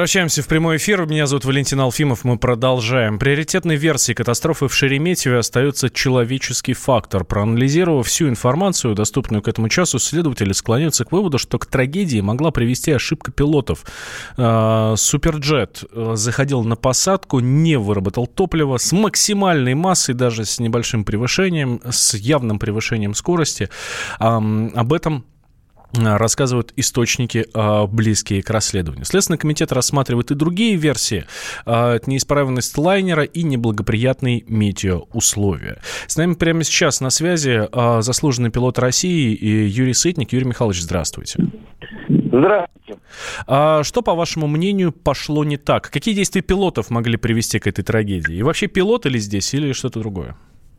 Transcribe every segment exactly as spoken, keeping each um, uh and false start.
Возвращаемся в прямой эфир. Меня зовут Валентин Алфимов. Мы продолжаем. Приоритетной версией катастрофы в Шереметьеве остается человеческий фактор. Проанализировав всю информацию, доступную к этому часу, следователи склоняются к выводу, что к трагедии могла привести ошибка пилотов. Суперджет заходил на посадку, не выработал топлива, с максимальной массой, даже с небольшим превышением, с явным превышением скорости. Об этом рассказывают источники, близкие к расследованию. Следственный комитет рассматривает и другие версии. Это неисправность лайнера и неблагоприятные метеоусловия. С нами прямо сейчас на связи заслуженный пилот России и Юрий Сытник. Юрий Михайлович, здравствуйте. Здравствуйте. Что, по вашему мнению, пошло не так? Какие действия пилотов могли привести к этой трагедии? И вообще пилоты ли здесь или что-то другое?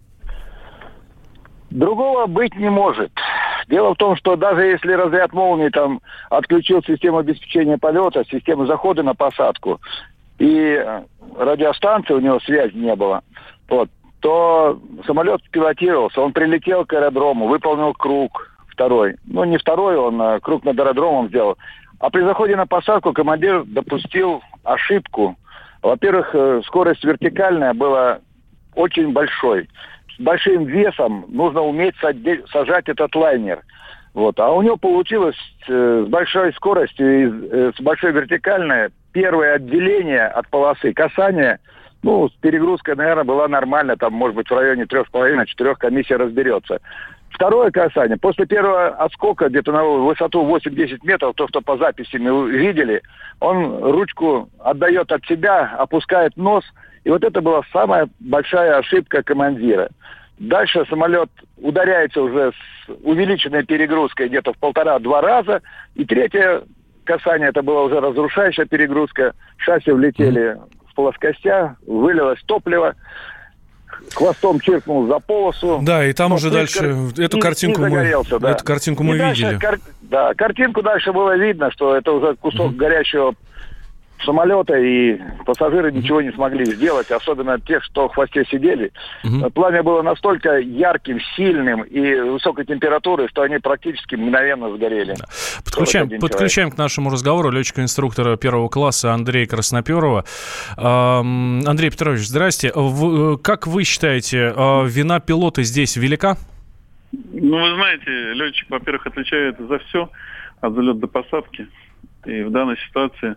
Другого быть не может. Дело в том, что даже если разряд молнии там отключил систему обеспечения полета, систему захода на посадку, и радиостанции у него связи не было, вот, то самолет пилотировался, он прилетел к аэродрому, выполнил круг второй. Ну, не второй, он а, круг над аэродромом сделал. А при заходе на посадку командир допустил ошибку. Во-первых, скорость вертикальная была очень большой. С большим весом нужно уметь сажать этот лайнер. Вот. А у него получилось э, с большой скоростью и э, с большой вертикальной первое отделение от полосы, касание, ну, с перегрузкой, наверное, была нормально, там, может быть, в районе трех с половиной, четырех комиссия разберется. Второе касание, после первого отскока где-то на высоту восемь-десять метров, то, что по записи мы видели, он ручку отдает от себя, опускает нос. И вот это была самая большая ошибка командира. Дальше самолет ударяется уже с увеличенной перегрузкой где-то в полтора-два раза. И третье касание, это была уже разрушающая перегрузка. Шасси влетели в плоскостя, вылилось топливо. Хвостом чиркнул за полосу. Да, и там уже дальше кар... эту и, картинку и мы, да. эту картинку мы дальше, видели. Кар... Да, картинку дальше было видно, что это уже кусок uh-huh. горящего самолета, и пассажиры uh-huh. ничего не смогли сделать, особенно те, что в хвосте сидели. Uh-huh. Пламя было настолько ярким, сильным и высокой температурой, что они практически мгновенно сгорели. Да. Подключаем, подключаем к нашему разговору летчика-инструктора первого класса Андрея Красноперова. Андрей Петрович, здрасте. Как вы считаете, вина пилота здесь велика? Ну, вы знаете, летчик, во-первых, отвечает за все, от взлета до посадки. И в данной ситуации...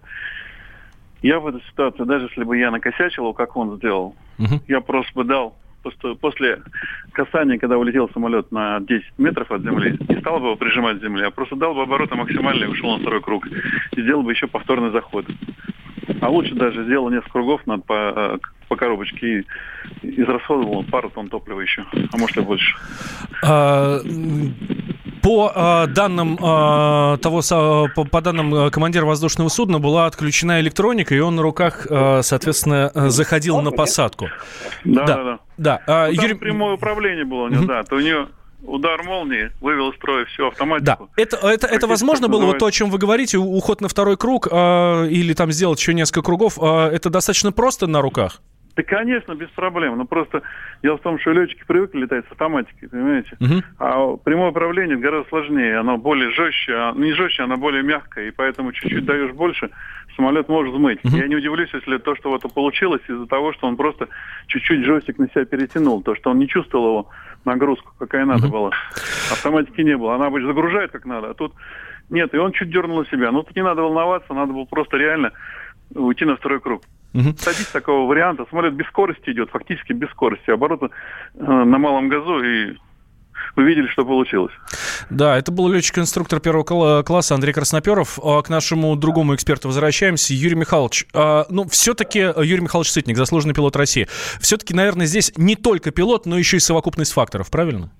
Я в этой ситуации, даже если бы я накосячил, как он сделал, uh-huh. я просто бы дал, просто после касания, когда улетел самолет на десять метров от земли, не стал бы его прижимать к земле, а просто дал бы обороты максимально и ушел на второй круг. И сделал бы еще повторный заход. А лучше даже сделал несколько кругов над, по, по коробочке и израсходовал пару тонн топлива еще, а может и больше. По э, данным э, того, по, по данным командира воздушного судна была отключена электроника, и он на руках, э, соответственно, заходил на посадку. Да, да, да. да. да. Ну, Юрий... Там прямое управление было у него, mm-hmm. да. То у нее удар молнии вывел из строя всю автоматику. Да. Это, это, это возможно было, вот то, о чем вы говорите, уход на второй круг, э, или там сделать еще несколько кругов, э, это достаточно просто на руках? Да, конечно, без проблем. Но просто дело в том, что летчики привыкли летать с автоматикой, понимаете? Uh-huh. А прямое управление гораздо сложнее. Оно более жестче, не жестче, оно более мягкое. И поэтому чуть-чуть даешь больше, самолет может взмыть. Uh-huh. Я не удивлюсь, если то, что вот получилось из-за того, что он просто чуть-чуть джойстик на себя перетянул. То, что он не чувствовал его нагрузку, какая надо uh-huh. была. Автоматики не было. Она обычно загружает как надо, а тут нет. И он чуть дернул на себя. Ну, тут не надо волноваться, надо было просто реально уйти на второй круг. Uh-huh. Садись такого варианта. Самолет без скорости идет, фактически без скорости. Обороты э, на малом газу, и вы видели, что получилось. Да, это был летчик-инструктор первого класса Андрей Красноперов. К нашему другому эксперту возвращаемся. Юрий Михайлович, э, ну, все-таки Юрий Михайлович Сытник, заслуженный пилот России. Все-таки, наверное, здесь не только пилот, но еще и совокупность факторов, правильно?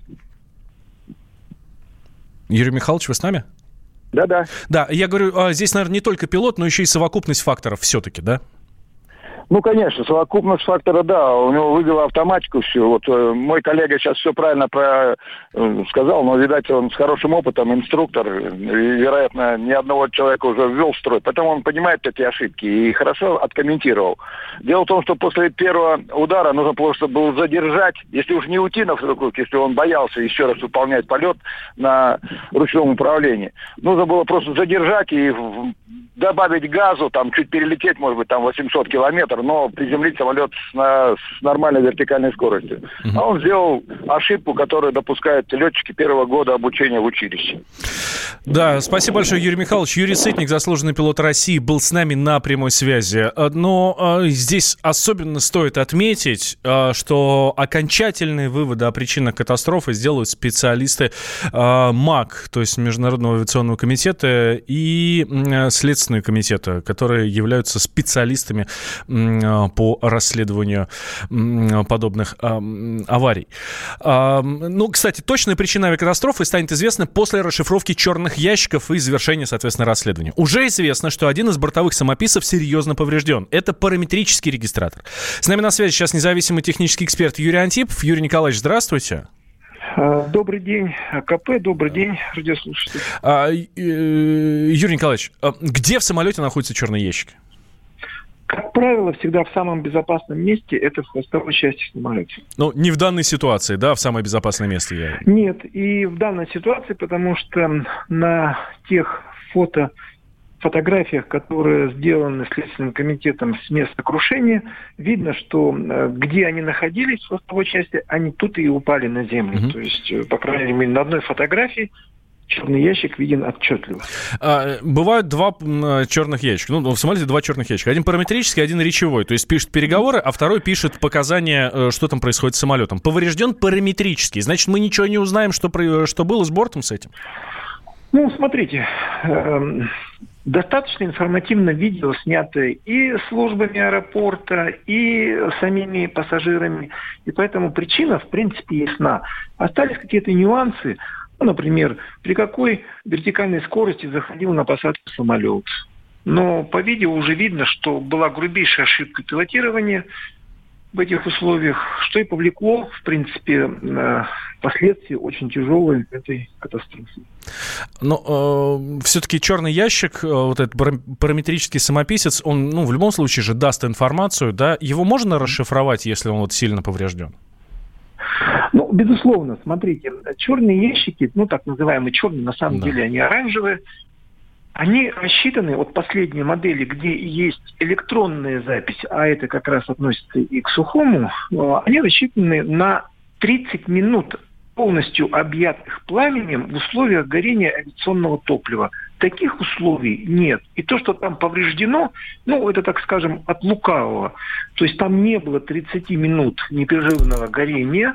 Юрий Михайлович, вы с нами? Да-да. Да, я говорю, здесь, наверное, не только пилот, но еще и совокупность факторов все-таки, да? Ну, конечно, совокупность фактора, да, у него выбила автоматику всю. Вот э, мой коллега сейчас все правильно про, э, сказал, но, видать, он с хорошим опытом, инструктор, и, вероятно, ни одного человека уже ввел в строй, поэтому он понимает эти ошибки и хорошо откомментировал. Дело в том, что после первого удара нужно просто было задержать, если уж не уйти на второй круг, если он боялся еще раз выполнять полет на ручном управлении, нужно было просто задержать и добавить газу, там чуть перелететь, может быть, там восемьсот километров, но приземлить самолет с, на, с нормальной вертикальной скоростью. Uh-huh. А он сделал ошибку, которую допускают летчики первого года обучения в училище. Да, спасибо большое, Юрий Михайлович. Юрий Сытник, заслуженный пилот России, был с нами на прямой связи. Но э, здесь особенно стоит отметить, э, что окончательные выводы о причинах катастрофы сделают специалисты э, МАК, то есть Международного авиационного комитета, и э, Следственного комитета, которые являются специалистами э, по расследованию э, подобных э, аварий. Э, ну, кстати, точная причина авиакатастрофы станет известна после расшифровки черных ящиков и завершения, соответственно, расследования. Уже известно, что один из бортовых самописцев серьезно поврежден. Это параметрический регистратор. С нами на связи сейчас независимый технический эксперт Юрий Антипов. Юрий Николаевич, здравствуйте. Добрый день, КП, добрый день, радиослушатели. А, Юрий Николаевич, где в самолете находятся черные ящики? Как правило, всегда в самом безопасном месте, это в хвостовой части самолета. Ну, не в данной ситуации, да, в самое безопасное место я... Нет, и в данной ситуации, потому что на тех фото, фотографиях, которые сделаны Следственным комитетом с места крушения, видно, что где они находились в хвостовой части, они тут и упали на землю. Mm-hmm. То есть, по крайней мере, на одной фотографии черный ящик виден отчетливо. А, бывают два м, черных ящика. Ну, в самолете два черных ящика. Один параметрический, один речевой. То есть пишет переговоры, а второй пишет показания, что там происходит с самолетом. Поврежден параметрический. Значит, мы ничего не узнаем, что, что было с бортом с этим? Ну, смотрите, э, достаточно информативное видео, снятое и службами аэропорта, и самими пассажирами. И поэтому причина, в принципе, ясна. Остались какие-то нюансы. Ну, например, при какой вертикальной скорости заходил на посадку самолет. Но по видео уже видно, что была грубейшая ошибка пилотирования в этих условиях, что и повлекло, в принципе, последствия очень тяжелые этой катастрофы. Но э, все-таки черный ящик, э, вот этот параметрический самописец, он, ну, в любом случае же даст информацию, да? Его можно расшифровать, если он вот сильно поврежден? Ну, безусловно, смотрите, черные ящики, ну, так называемые черные, на самом да. деле они оранжевые, они рассчитаны, вот последние модели, где есть электронная запись, а это как раз относится и к сухому, они рассчитаны на тридцать минут полностью объятых пламенем в условиях горения авиационного топлива. Таких условий нет. И то, что там повреждено, ну, это, так скажем, от лукавого. То есть там не было тридцать минут непрерывного горения.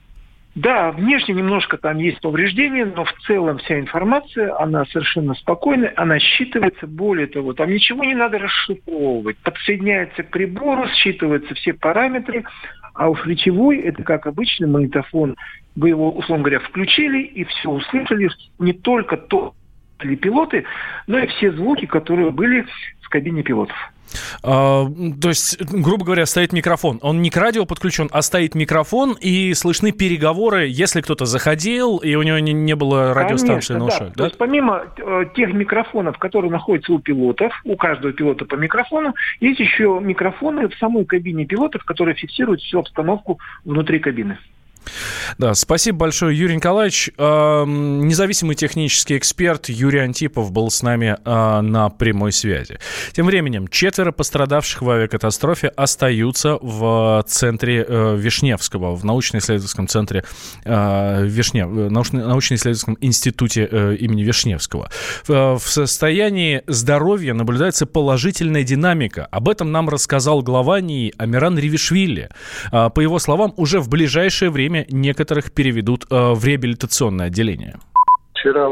Да, внешне немножко там есть повреждения, но в целом вся информация, она совершенно спокойная, она считывается. Более того, там ничего не надо расшифровывать. Подсоединяется к прибору, считываются все параметры, а уж речевой, это как обычный магнитофон, вы его, условно говоря, включили и все услышали, не только то, ли пилоты, но и все звуки, которые были в кабине пилотов. А, то есть, грубо говоря, стоит микрофон. Он не к радио подключен, а стоит микрофон, и слышны переговоры, если кто-то заходил, и у него не, не было радиостанции на ушах. Да. Да? То есть, помимо э, тех микрофонов, которые находятся у пилотов, у каждого пилота по микрофону, есть еще микрофоны в самой кабине пилотов, которые фиксируют всю обстановку внутри кабины. Да, спасибо большое, Юрий Николаевич. Э, независимый технический эксперт Юрий Антипов был с нами э, на прямой связи. Тем временем, четверо пострадавших в авиакатастрофе остаются в центре э, Вишневского, в научно-исследовательском центре э, Вишне, научно- научно-исследовательском институте э, имени Вишневского. В, в состоянии здоровья наблюдается положительная динамика. Об этом нам рассказал глава НИИ Амиран Ривишвили. Э, по его словам, уже в ближайшее время некоторых переведут э, в реабилитационное отделение. Вчера у нас было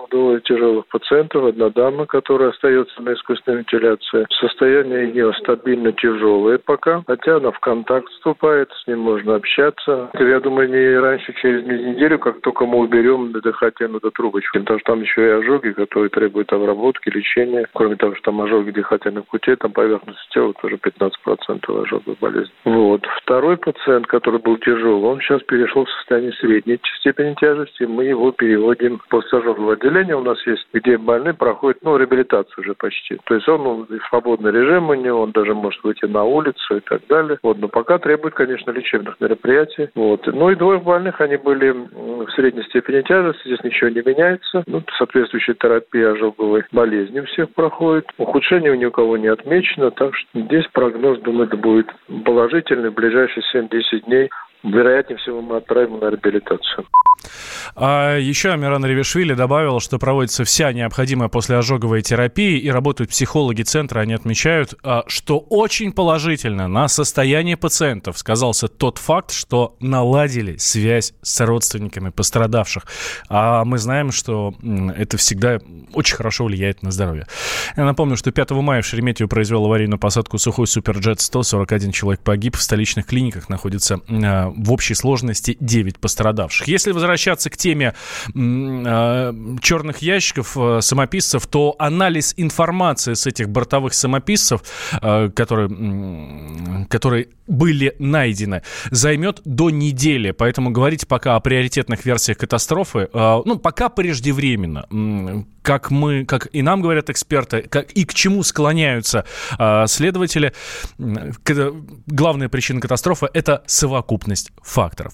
двое тяжелых пациентов, одна дама, которая остается на искусственной вентиляции. Состояние ее стабильно тяжелое пока, хотя она в контакт вступает, с ним можно общаться. Я думаю, не раньше, через неделю, как только мы уберем дыхательную трубочку, потому что там еще и ожоги, которые требуют обработки, лечения. Кроме того, что там ожоги дыхательных путей, там поверхность тела тоже пятнадцать процентов ожоговой болезни. Вот. Второй пациент, который был тяжелый, он сейчас перешел в состояние средней степени тяжести. Мы его переводим в постожоговое отделение. У нас есть, где больные проходят, ну, реабилитацию уже почти. То есть он, он свободный режим у него, он даже может выйти на улицу и так далее. Вот. Но пока требует, конечно, лечебных мероприятий. Вот. Ну и двое больных, они были в средней степени тяжести, здесь ничего не меняется. Ну, соответствующая терапия ожоговой болезни у всех проходит. Ухудшение ни у кого не отмечено, так что здесь прогноз, думаю, это будет положительный в ближайшие семь-десять дней. Вероятнее всего, мы отправим на реабилитацию. А еще Амиран Ревишвили добавил, что проводится вся необходимая послеожоговая терапия и работают психологи центра. Они отмечают, что очень положительно на состояние пациентов сказался тот факт, что наладили связь с родственниками пострадавших. А мы знаем, что это всегда очень хорошо влияет на здоровье. Я напомню, что пятого мая в Шереметьево произвел аварийную посадку сухой Суперджет сто. сорок один человек погиб. В столичных клиниках находится в общей сложности девять пострадавших. Если возвращаться к теме э, черных ящиков, э, самописцев, то анализ информации с этих бортовых самописцев, э, которые, э, которые были найдены, займет до недели. Поэтому говорить пока о приоритетных версиях катастрофы, э, ну, пока преждевременно. Как мы, как и нам говорят эксперты, как, и к чему склоняются э, следователи, э, главная причина катастрофы – это совокупность факторов.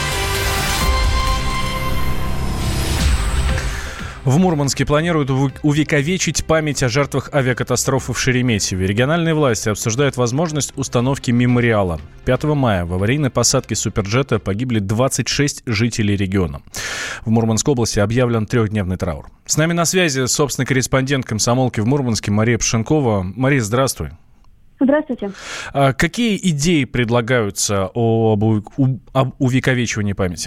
В Мурманске планируют увековечить память о жертвах авиакатастрофы в Шереметьеве. Региональные власти обсуждают возможность установки мемориала. пятого мая в аварийной посадке Суперджета погибли двадцать шесть жителей региона. В Мурманской области объявлен трехдневный траур. С нами на связи собственный корреспондент комсомолки в Мурманске Мария Пшенкова. Мария, здравствуй. Здравствуйте. А какие идеи предлагаются об, об увековечивании памяти?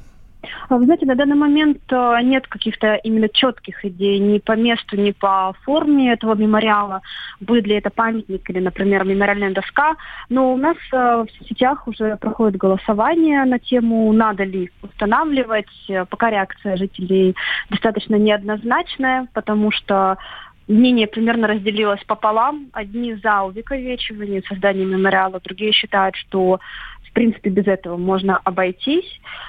Вы знаете, на данный момент нет каких-то именно четких идей ни по месту, ни по форме этого мемориала. Будет ли это памятник или, например, мемориальная доска. Но у нас в сетях уже проходит голосование на тему, надо ли устанавливать. Пока реакция жителей достаточно неоднозначная, потому что мнение примерно разделилось пополам. Одни за увековечивание, создание мемориала, другие считают, что в принципе без этого можно обойтись.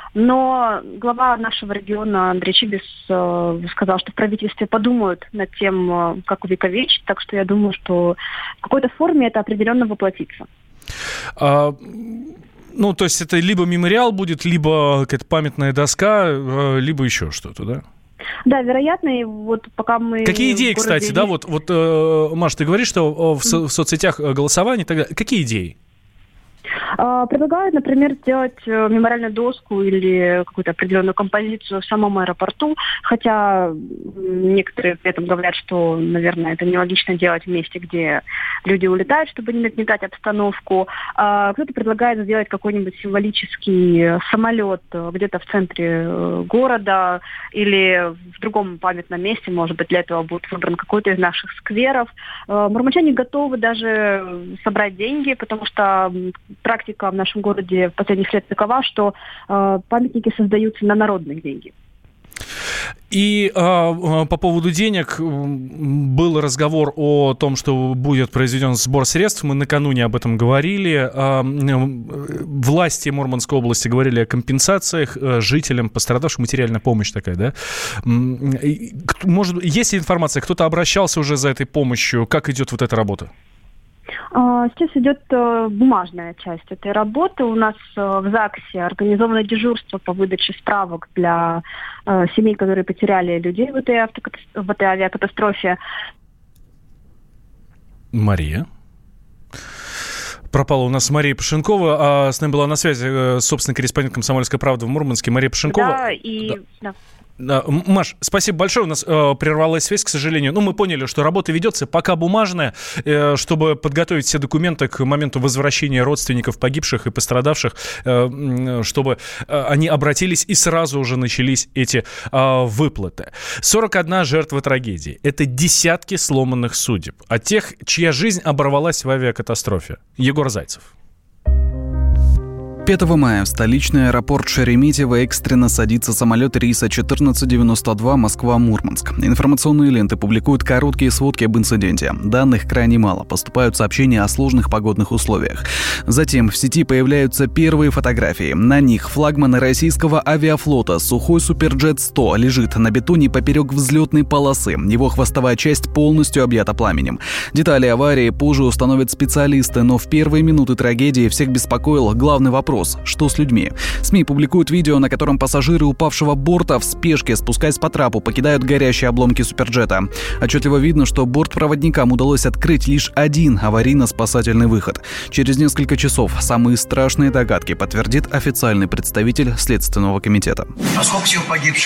Но глава нашего региона Андрей Чибис э, сказал, что в правительстве подумают над тем, э, как увековечить. Так что я думаю, что в какой-то форме это определенно воплотится. А... Ну, то есть это либо мемориал будет, либо какая-то памятная доска, либо еще что-то, да? Да, вероятно, и вот пока мы... Какие идеи, кстати, есть... да, вот, вот э, Маш, ты говоришь, что в, со- в соцсетях голосование и так далее. Какие идеи? Предлагают, например, сделать мемориальную доску или какую-то определенную композицию в самом аэропорту, хотя некоторые при этом говорят, что, наверное, это нелогично делать в месте, где люди улетают, чтобы не нагнетать обстановку. Кто-то предлагает сделать какой-нибудь символический самолет где-то в центре города или в другом памятном месте, может быть, для этого будет выбран какой-то из наших скверов. Мурманчане готовы даже собрать деньги, потому что практика в нашем городе в последних лет такова, что э, памятники создаются на народные деньги. И э, по поводу денег был разговор о том, что будет произведен сбор средств. Мы накануне об этом говорили. Э, власти Мурманской области говорили о компенсациях жителям, пострадавшим, материальная помощь такая, да? Может, есть ли информация, кто-то обращался уже за этой помощью? Как идет вот эта работа? Сейчас идет бумажная часть этой работы. У нас в ЗАГСе организовано дежурство по выдаче справок для семей, которые потеряли людей в этой, автокатастрофе, в этой авиакатастрофе. Мария? Пропала у нас Мария Пшенкова, а с нами была на связи собственный корреспондент «Комсомольской правды» в Мурманске Мария Пшенкова. Да, и... Да. Маш, спасибо большое. У нас э, прервалась связь, к сожалению. Ну, мы поняли, что работа ведется пока бумажная, э, чтобы подготовить все документы к моменту возвращения родственников погибших и пострадавших, э, чтобы э, они обратились и сразу уже начались эти э, выплаты. сорок одна жертва трагедии. Это десятки сломанных судеб. От тех, чья жизнь оборвалась в авиакатастрофе. Егор Зайцев. пятого мая в столичный аэропорт Шереметьево экстренно садится самолет рейса четырнадцать девяносто два Москва-Мурманск. Информационные ленты публикуют короткие сводки об инциденте. Данных крайне мало, поступают сообщения о сложных погодных условиях. Затем в сети появляются первые фотографии. На них флагман российского авиафлота Сухой Суперджет сто лежит на бетоне поперек взлетной полосы. Его хвостовая часть полностью объята пламенем. Детали аварии позже установят специалисты, но в первые минуты трагедии всех беспокоил главный вопрос: что с людьми? СМИ публикуют видео, на котором пассажиры упавшего борта в спешке, спускаясь по трапу, покидают горящие обломки суперджета. Отчетливо видно, что бортпроводникам удалось открыть лишь один аварийно-спасательный выход. Через несколько часов самые страшные догадки подтвердит официальный представитель Следственного комитета. А сколько всего погибших?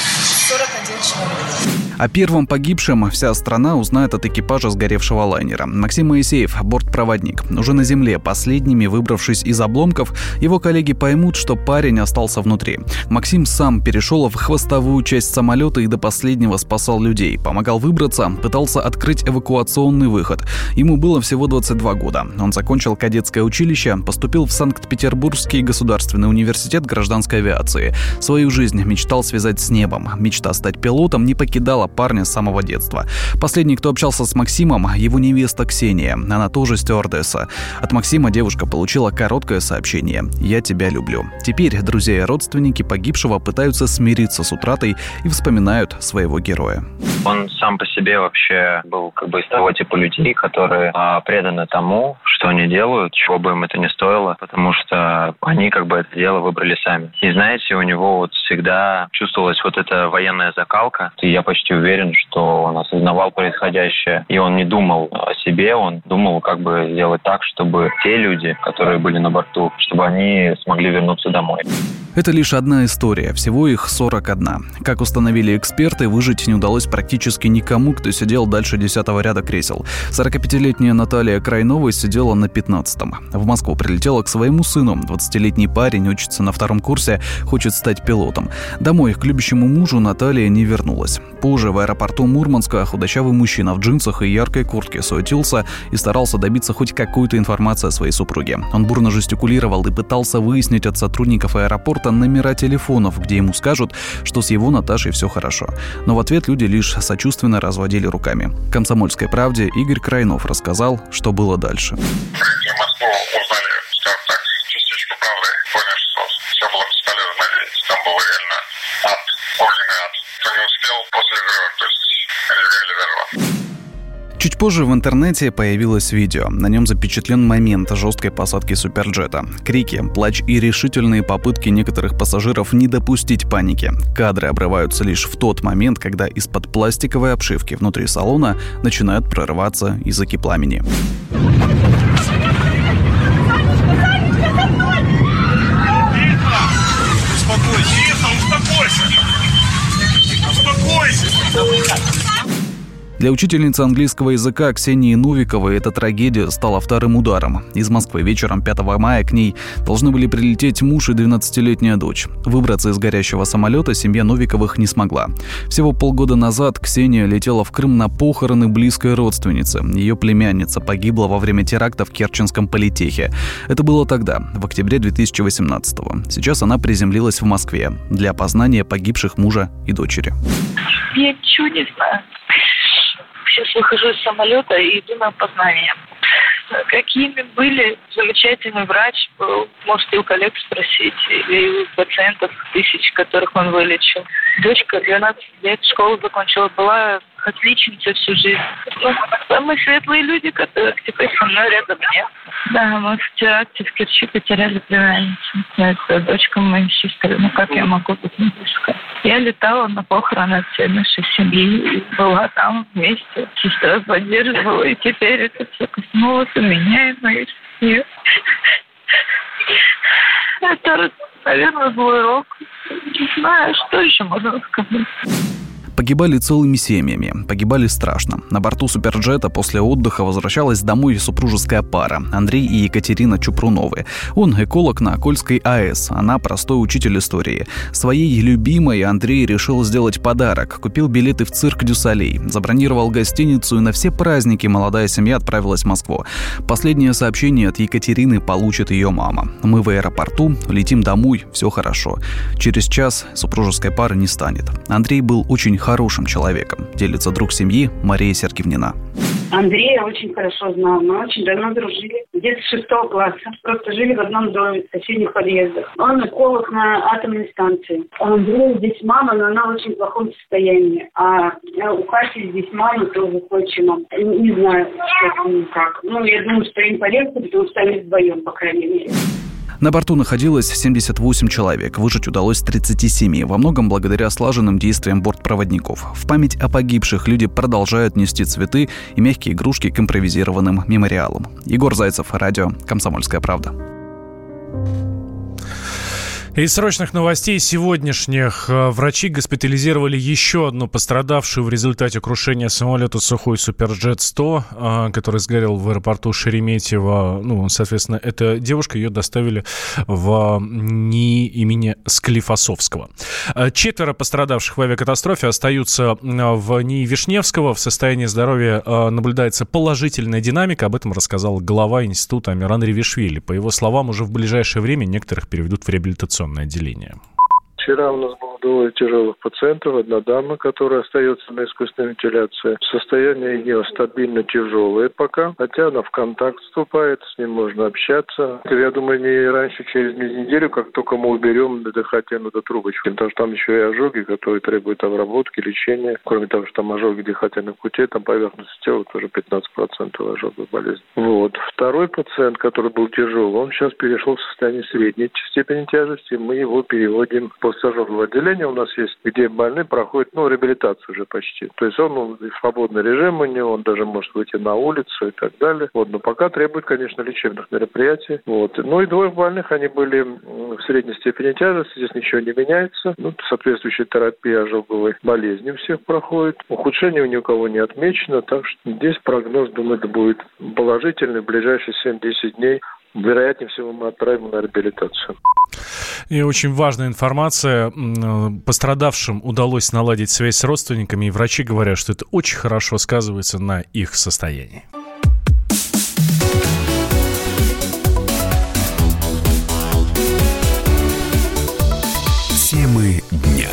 сорок один человек. О первом погибшем вся страна узнает от экипажа сгоревшего лайнера. Максим Моисеев, бортпроводник. Уже на земле, последними выбравшись из обломков, его коллеги поймут, что парень остался внутри. Максим сам перешел в хвостовую часть самолета и до последнего спасал людей. Помогал выбраться, пытался открыть эвакуационный выход. Ему было всего двадцать два года. Он закончил кадетское училище, поступил в Санкт-Петербургский государственный университет гражданской авиации. Свою жизнь мечтал связать с небом. Мечта стать пилотом не покидала парня с самого детства. Последний, кто общался с Максимом, его невеста Ксения. Она тоже стюардесса. От Максима девушка получила короткое сообщение: «Я тебя люблю». Теперь друзья и родственники погибшего пытаются смириться с утратой и вспоминают своего героя. Он сам по себе вообще был как бы из того типа людей, которые а, преданы тому, что они делают, чего бы им это ни стоило, потому что они как бы это дело выбрали сами. И знаете, у него вот всегда чувствовалась вот эта военная закалка, и я почти уверен, что он осознавал происходящее, и он не думал о себе, он думал, как бы сделать так, чтобы те люди, которые были на борту, чтобы они смогли вернуться домой. Это лишь одна история, всего их сорок одна. Как установили эксперты, выжить не удалось практически никому, кто сидел дальше десятого ряда кресел. сорокапятилетняя Наталья Крайнова сидела на пятнадцатом. В Москву прилетела к своему сыну. двадцатилетний парень учится на втором курсе, хочет стать пилотом. Домой к любящему мужу Наталья не вернулась. Позже в аэропорту Мурманска худощавый мужчина в джинсах и яркой куртке суетился и старался добиться хоть какой-то информации о своей супруге. Он бурно жестикулировал и пытался выяснить от сотрудников аэропорта номера телефонов, где ему скажут, что с его Наташей все хорошо. Но в ответ люди лишь сочувственно разводили руками. «Комсомольской правде» Игорь Крайнов рассказал, что было дальше. Приехали в Москву, узнали, скажем так, частичку правды, поняли, что все было бесполезно верить. Там был реально ад, огненный ад. Кто не успел, после взрыва, то есть они сгорели заживо. Чуть позже в интернете появилось видео. На нем запечатлен момент жесткой посадки суперджета. Крики, плач и решительные попытки некоторых пассажиров не допустить паники. Кадры обрываются лишь в тот момент, когда из-под пластиковой обшивки внутри салона начинают прорываться языки пламени. Для учительницы английского языка Ксении Новиковой эта трагедия стала вторым ударом. Из Москвы вечером пятого мая к ней должны были прилететь муж и двенадцатилетняя дочь. Выбраться из горящего самолета семья Новиковых не смогла. Всего полгода назад Ксения летела в Крым на похороны близкой родственницы. Ее племянница погибла во время теракта в Керченском политехе. Это было тогда, в октябре две тысячи восемнадцатого. Сейчас она приземлилась в Москве для опознания погибших мужа и дочери. Я ничего не знаю. Сейчас выхожу из самолета и иду на опознание. Какими были? Замечательный врач был. Можете у коллег спросить. Или у пациентов тысяч, которых он вылечил. Дочка двенадцать лет, школу закончила, была отличницей всю жизнь. Ну, самые светлые люди, которых теперь со мной рядом нет. Да, мы в теракте в Керчи потеряли племянницу. Это дочка моей сестры. Ну, как я могу быть не близко? Я летала на похороны всей нашей семьи. Была там вместе. Сестра поддерживала. И теперь это все коснулось у меня и моей семьи. Это, наверное, злой рок. Не знаю, что еще можно сказать. Погибали целыми семьями, погибали страшно. На борту суперджета после отдыха возвращалась домой супружеская пара Андрей и Екатерина Чупруновы. Он эколог на Кольской АЭС, она простой учитель истории. Своей любимой Андрей решил сделать подарок. Купил билеты в цирк Дю Солей, забронировал гостиницу, и на все праздники молодая семья отправилась в Москву. Последнее сообщение от Екатерины получит ее мама. Мы в аэропорту, летим домой, все хорошо. Через час супружеской пары не станет. Андрей был очень хорошим человеком, делится друг семьи Мария Сергеевнина. Андрея очень хорошо знал, мы очень давно дружили. Где-то с шестого класса. Просто жили в одном доме, в соседних подъездах. Он эколог на атомной станции. У Андрея здесь мама, но она в очень плохом состоянии. А у Кати здесь мама тоже отчима. Не знаю, что с ним как. Ну, я думаю, что им полегче, потому что они вдвоем, по крайней мере. На борту находилось семьдесят восемь человек, выжить удалось тридцати семи, во многом благодаря слаженным действиям бортпроводников. В память о погибших люди продолжают нести цветы и мягкие игрушки к импровизированным мемориалам. Егор Зайцев, радио «Комсомольская правда». Из срочных новостей сегодняшних врачи госпитализировали еще одну пострадавшую в результате крушения самолета Сухой Суперджет сто, который сгорел в аэропорту Шереметьево. Ну, соответственно, эта девушка, ее доставили в НИИ имени Склифосовского. Четверо пострадавших в авиакатастрофе остаются в НИИ Вишневского. В состоянии здоровья наблюдается положительная динамика. Об этом рассказал глава института Амиран Ревишвили. По его словам, уже в ближайшее время некоторых переведут в реабилитационное отделение. Вчера у нас было двое тяжелых пациентов. Одна дама, которая остается на искусственной вентиляции. Состояние ее стабильно тяжелое пока, хотя она в контакт вступает, с ним можно общаться. Я думаю, не раньше, через неделю, как только мы уберем дыхательную трубочку. Потому что там еще и ожоги, которые требуют обработки, лечения. Кроме того, что там ожоги дыхательных путей, там поверхность тела тоже пятнадцать процентов ожоговой болезни. Вот. Второй пациент, который был тяжелый, он сейчас перешел в состояние средней степени тяжести. Мы его переводим в ожоговое отделение у нас есть, где больной проходит, ну, реабилитацию уже почти. То есть он, он свободный режим у него, он даже может выйти на улицу и так далее. Вот, но пока требует, конечно, лечебных мероприятий. Вот. Ну и двое больных, они были в средней степени тяжести, здесь ничего не меняется. Ну, соответствующая терапия ожоговой болезни у всех проходит. Ухудшение ни у кого не отмечено, так что здесь прогноз, думаю, это будет положительный в ближайшие семь-десять дней. Вероятнее всего, мы отправим на реабилитацию. И очень важная информация. Пострадавшим удалось наладить связь с родственниками, и врачи говорят, что это очень хорошо сказывается на их состоянии. Темы дня.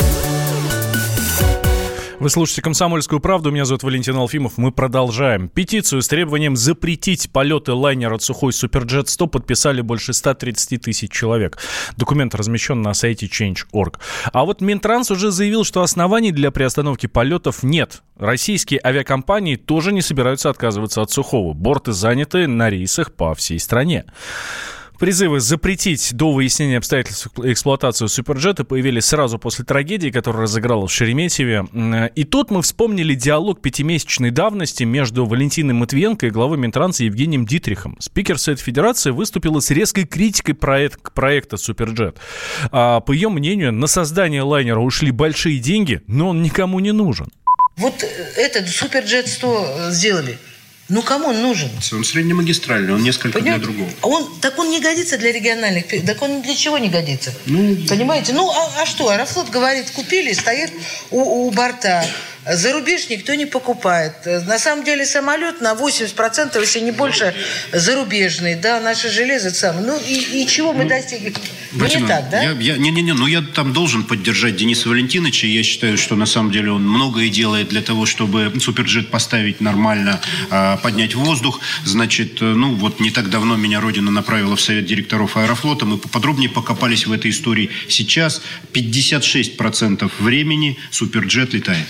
Вы слушаете «Комсомольскую правду». Меня зовут Валентин Алфимов. Мы продолжаем. Петицию с требованием запретить полеты лайнера Сухой Суперджет сто подписали больше ста тридцати тысяч человек. Документ размещен на сайте чейндж точка орг. А вот Минтранс уже заявил, что оснований для приостановки полетов нет. Российские авиакомпании тоже не собираются отказываться от Сухого. Борты заняты на рейсах по всей стране. Призывы запретить до выяснения обстоятельств эксплуатацию Суперджета появились сразу после трагедии, которая разыгралась в Шереметьеве. И тут мы вспомнили диалог пятимесячной давности между Валентиной Матвиенко и главой Минтранса Евгением Дитрихом. Спикер Совета Федерации выступила с резкой критикой проект, проекта Суперджет. А, по ее мнению, на создание лайнера ушли большие деньги, но он никому не нужен. Вот этот Суперджет сто сделали. Ну, кому он нужен? Он среднемагистральный, он несколько Понимаете? Для другого. Он, так он не годится для региональных, так он для чего не годится? Ну, Понимаете? Ну, а, а что? Аэрофлот говорит, купили, стоит у, у борта. За рубеж никто не покупает. На самом деле самолет на восемьдесят процентов, если не больше, зарубежный. Да, наше железо самое. Ну и, и чего мы достигли? Ватина, не так, да? Я, я, не, не, не, ну я там должен поддержать Дениса Валентиновича. Я считаю, что на самом деле он многое делает для того, чтобы Суперджет поставить нормально, э, поднять в воздух. Значит, э, ну вот не так давно меня Родина направила в Совет директоров Аэрофлота. Мы поподробнее покопались в этой истории. Сейчас пятьдесят шесть процентов времени Суперджет летает. То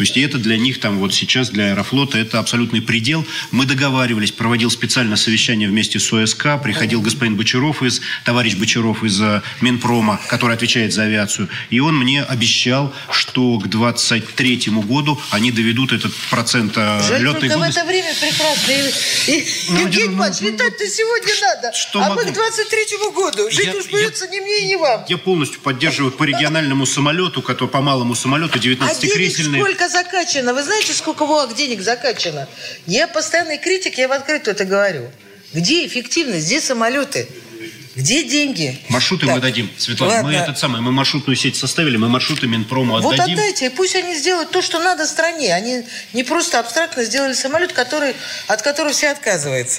То есть и это для них там вот сейчас, для Аэрофлота, это абсолютный предел. Мы договаривались, проводил специальное совещание вместе с ОСК, приходил господин Бочаров из, товарищ Бочаров из Минпрома, который отвечает за авиацию, и он мне обещал, что к двадцать третьему году они доведут этот процент Жаль, летной только годности. в это время прекрасно. И, и, ну, Евгений ну, Иванович, ну, летать-то сегодня надо. Что а могу? Мы к двадцать третьему году. Жить я, уж придется я, ни мне, ни вам. Я полностью поддерживаю по региональному самолету, который, по малому самолету, девятнадцатикресельный. А денег сколько закачано? Вы знаете, сколько ВОАК денег закачано? Я постоянный критик, я в открытую это говорю. Где эффективность, где самолеты? Где деньги? Маршруты так. мы дадим, Светлана. Ладно. Мы этот самый, мы маршрутную сеть составили, мы маршруты Минпрому отдадим. Вот отдайте, пусть они сделают то, что надо стране. Они не просто абстрактно сделали самолет, который, от которого все отказываются.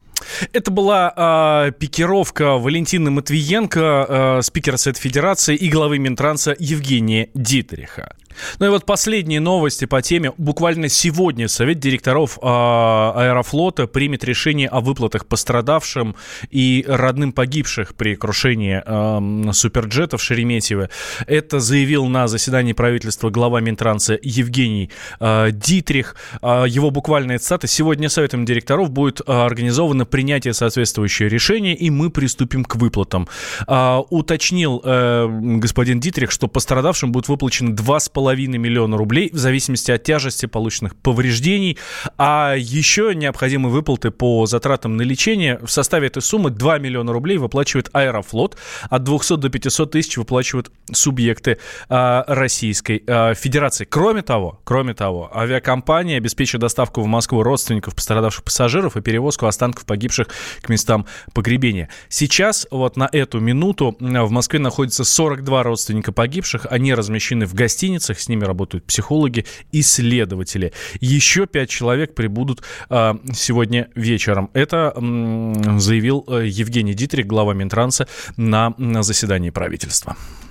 Это была э, пикировка Валентины Матвиенко, э, спикера Совета Федерации и главы Минтранса Евгения Дитриха. Ну и вот последние новости по теме. Буквально сегодня Совет директоров э, Аэрофлота примет решение о выплатах пострадавшим и родным погибших при крушении э, суперджета в Шереметьево. Это заявил на заседании правительства глава Минтранса Евгений э, Дитрих. Э, его буквальная цитата: «Сегодня Советом директоров будет э, организовано принятие соответствующего решения, и мы приступим к выплатам». Э, уточнил э, господин Дитрих, что пострадавшим будет выплачено два с половиной миллиона рублей в зависимости от тяжести полученных повреждений, а еще необходимые выплаты по затратам на лечение. В составе этой суммы два миллиона рублей выплачивает Аэрофлот, от двухсот до пятисот тысяч выплачивают субъекты а, Российской а, Федерации. Кроме того, кроме того, авиакомпания обеспечит доставку в Москву родственников пострадавших пассажиров и перевозку останков погибших к местам погребения. Сейчас, вот на эту минуту, в Москве находится сорок два родственника погибших. Они размещены в гостиницах, с ними работают психологи и следователи. Еще пять человек прибудут а, сегодня вечером. Это м, заявил Евгений Дитрих, глава Минтранса, на, на заседании правительства.